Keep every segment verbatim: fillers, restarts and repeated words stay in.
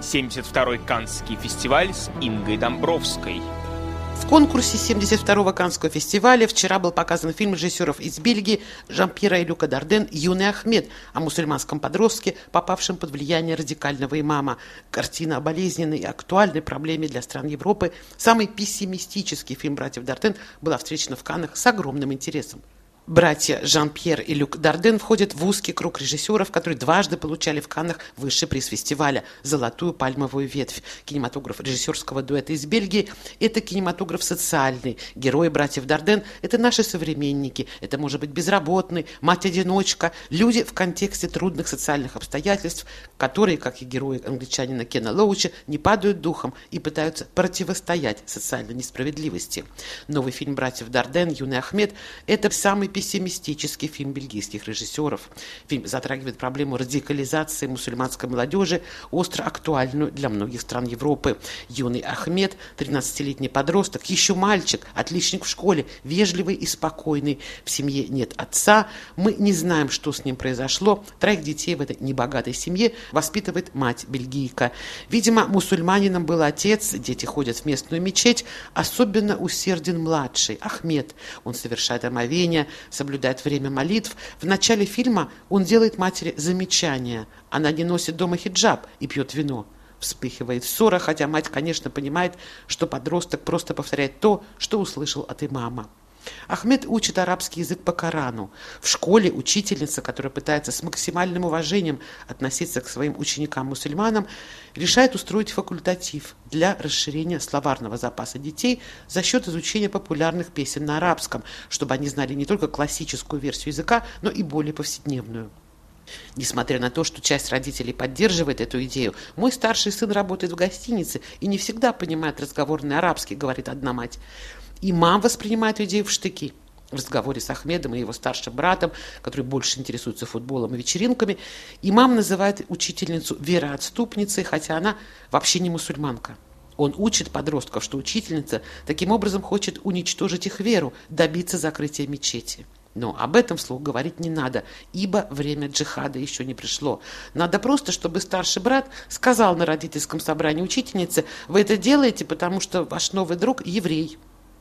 семьдесят второй Каннский фестиваль с Ингой Домбровской. В конкурсе семьдесят второго Каннского фестиваля вчера был показан фильм режиссеров из Бельгии Жан-Пьера и Люка Дарден «Юный Ахмед» о мусульманском подростке, попавшем под влияние радикального имама. Картина о болезненной и актуальной проблеме для стран Европы. Самый пессимистический фильм братьев Дарден была встречена в Каннах с огромным интересом. Братья Жан-Пьер и Люк Дарден входят в узкий круг режиссеров, которые дважды получали в Каннах высший приз фестиваля «Золотую пальмовую ветвь». Кинематограф режиссерского дуэта из Бельгии – это кинематограф социальный. Герои братьев Дарден – это наши современники. Это может быть безработный, мать-одиночка, люди в контексте трудных социальных обстоятельств, которые, как и герои англичанина Кена Лоуча, не падают духом и пытаются противостоять социальной несправедливости. Новый фильм братьев Дарден «Юный Ахмед» – это самый пессимистический фильм бельгийских режиссеров. Фильм затрагивает проблему радикализации мусульманской молодежи, остро актуальную для многих стран Европы. Юный Ахмед, тринадцатилетний подросток, еще мальчик, отличник в школе, вежливый и спокойный. В семье нет отца, мы не знаем, что с ним произошло. Троих детей в этой небогатой семье воспитывает мать-бельгийка. Видимо, мусульманином был отец, дети ходят в местную мечеть, особенно усерден младший, Ахмед. Он совершает омовение, соблюдает время молитв. В начале фильма он делает матери замечание. Она не носит дома хиджаб и пьет вино. Вспыхивает ссора, хотя мать, конечно, понимает, что подросток просто повторяет то, что услышал от имама. Ахмед учит арабский язык по Корану. В школе учительница, которая пытается с максимальным уважением относиться к своим ученикам-мусульманам, решает устроить факультатив для расширения словарного запаса детей за счет изучения популярных песен на арабском, чтобы они знали не только классическую версию языка, но и более повседневную. Несмотря на то, что часть родителей поддерживает эту идею, мой старший сын работает в гостинице и не всегда понимает разговорный арабский, говорит одна мать. Имам воспринимает идею в штыки. В разговоре с Ахмедом и его старшим братом, который больше интересуется футболом и вечеринками, имам называет учительницу вероотступницей, хотя она вообще не мусульманка. Он учит подростков, что учительница таким образом хочет уничтожить их веру, добиться закрытия мечети. Но об этом вслух говорить не надо, ибо время джихада еще не пришло. Надо просто, чтобы старший брат сказал на родительском собрании учительнице: «Вы это делаете, потому что ваш новый друг еврей».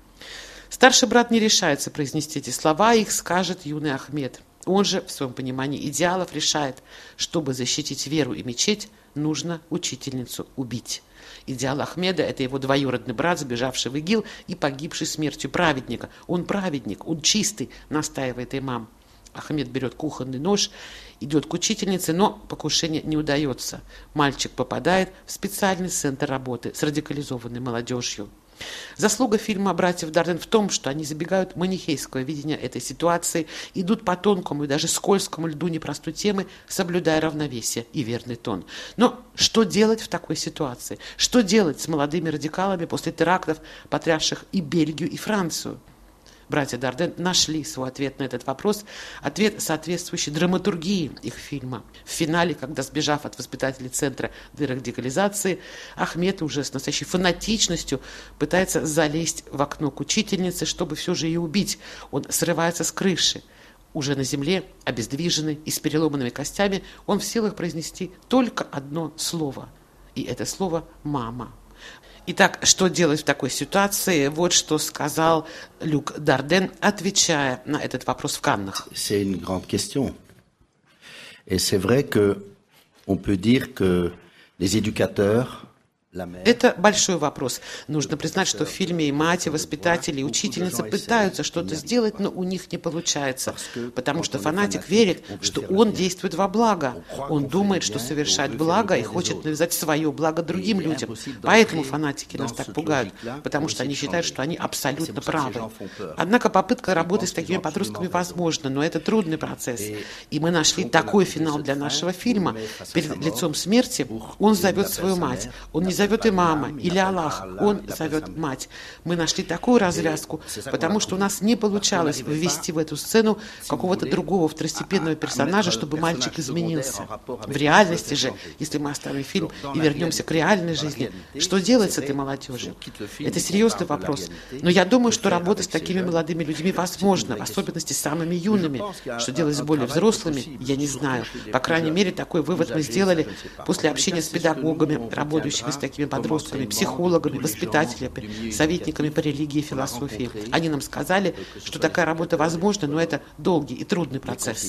Старший брат не решается произнести эти слова, их скажет юный Ахмед. Он же, в своем понимании идеалов, решает, чтобы защитить веру и мечеть, нужно учительницу убить. Идеал Ахмеда – это его двоюродный брат, сбежавший в ИГИЛ и погибший смертью праведника. Он праведник, он чистый, настаивает имам. Ахмед берет кухонный нож, идет к учительнице, но покушение не удается. Мальчик попадает в специальный центр работы с радикализованной молодежью. Заслуга фильма братьев Дарден в том, что они забегают манихейского видения этой ситуации, идут по тонкому и даже скользкому льду непростой темы, соблюдая равновесие и верный тон. Но что делать в такой ситуации? Что делать с молодыми радикалами после терактов, потрясших и Бельгию, и Францию? Братья Дарден нашли свой ответ на этот вопрос, ответ, соответствующий драматургии их фильма. В финале, когда, сбежав от воспитателей центра дерадикализации, Ахмед уже с настоящей фанатичностью пытается залезть в окно к учительнице, чтобы все же ее убить. Он срывается с крыши. Уже на земле, обездвиженный и с переломанными костями, он в силах произнести только одно слово. И это слово «мама». Итак, что делать в такой ситуации? Вот что сказал Люк Дарден, отвечая на этот вопрос в Каннах. C'est une grande question. Et c'est vrai que on peut dire que les éducateurs Это большой вопрос. Нужно признать, что в фильме и мать, и воспитатели, и учительницы пытаются что-то сделать, но у них не получается. Потому что фанатик верит, что он действует во благо. Он думает, что совершает благо и хочет навязать свое благо другим людям. Поэтому фанатики нас так пугают, потому что они считают, что они абсолютно правы. Однако попытка работы с такими подростками возможна, но это трудный процесс. И мы нашли такой финал для нашего фильма. Перед лицом смерти он зовет свою мать. Он не зовет имама, или Аллах, он зовет мать. Мы нашли такую развязку, потому что у нас не получалось ввести в эту сцену какого-то другого второстепенного персонажа, чтобы мальчик изменился. В реальности же, если мы оставим фильм и вернемся к реальной жизни, что делать с этой молодежью? Это серьезный вопрос. Но я думаю, что работа с такими молодыми людьми возможна, в особенности с самыми юными. Что делать с более взрослыми, я не знаю. По крайней мере, такой вывод мы сделали после общения с педагогами, работающими с такими подростками, психологами, воспитателями, советниками по религии и философии. Они нам сказали, что такая работа возможна, но это долгий и трудный процесс.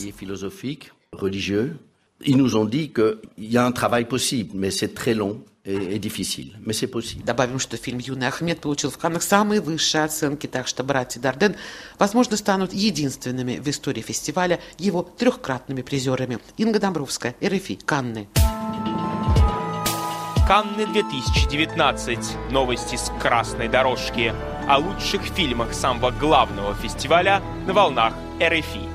Ils nous ont dit qu'il y a un travail possible, mais c'est très long et difficile, mais c'est possible. Добавим, что фильм «Юный Ахмед» получил в Каннах самые высшие оценки, так что братья Дарден, возможно, станут единственными в истории фестиваля его трехкратными призерами. Инга Домбровская, эр эф и, Канны. Канны две тысячи девятнадцать. Новости с красной дорожки. О лучших фильмах самого главного фестиваля на волнах эр эф и.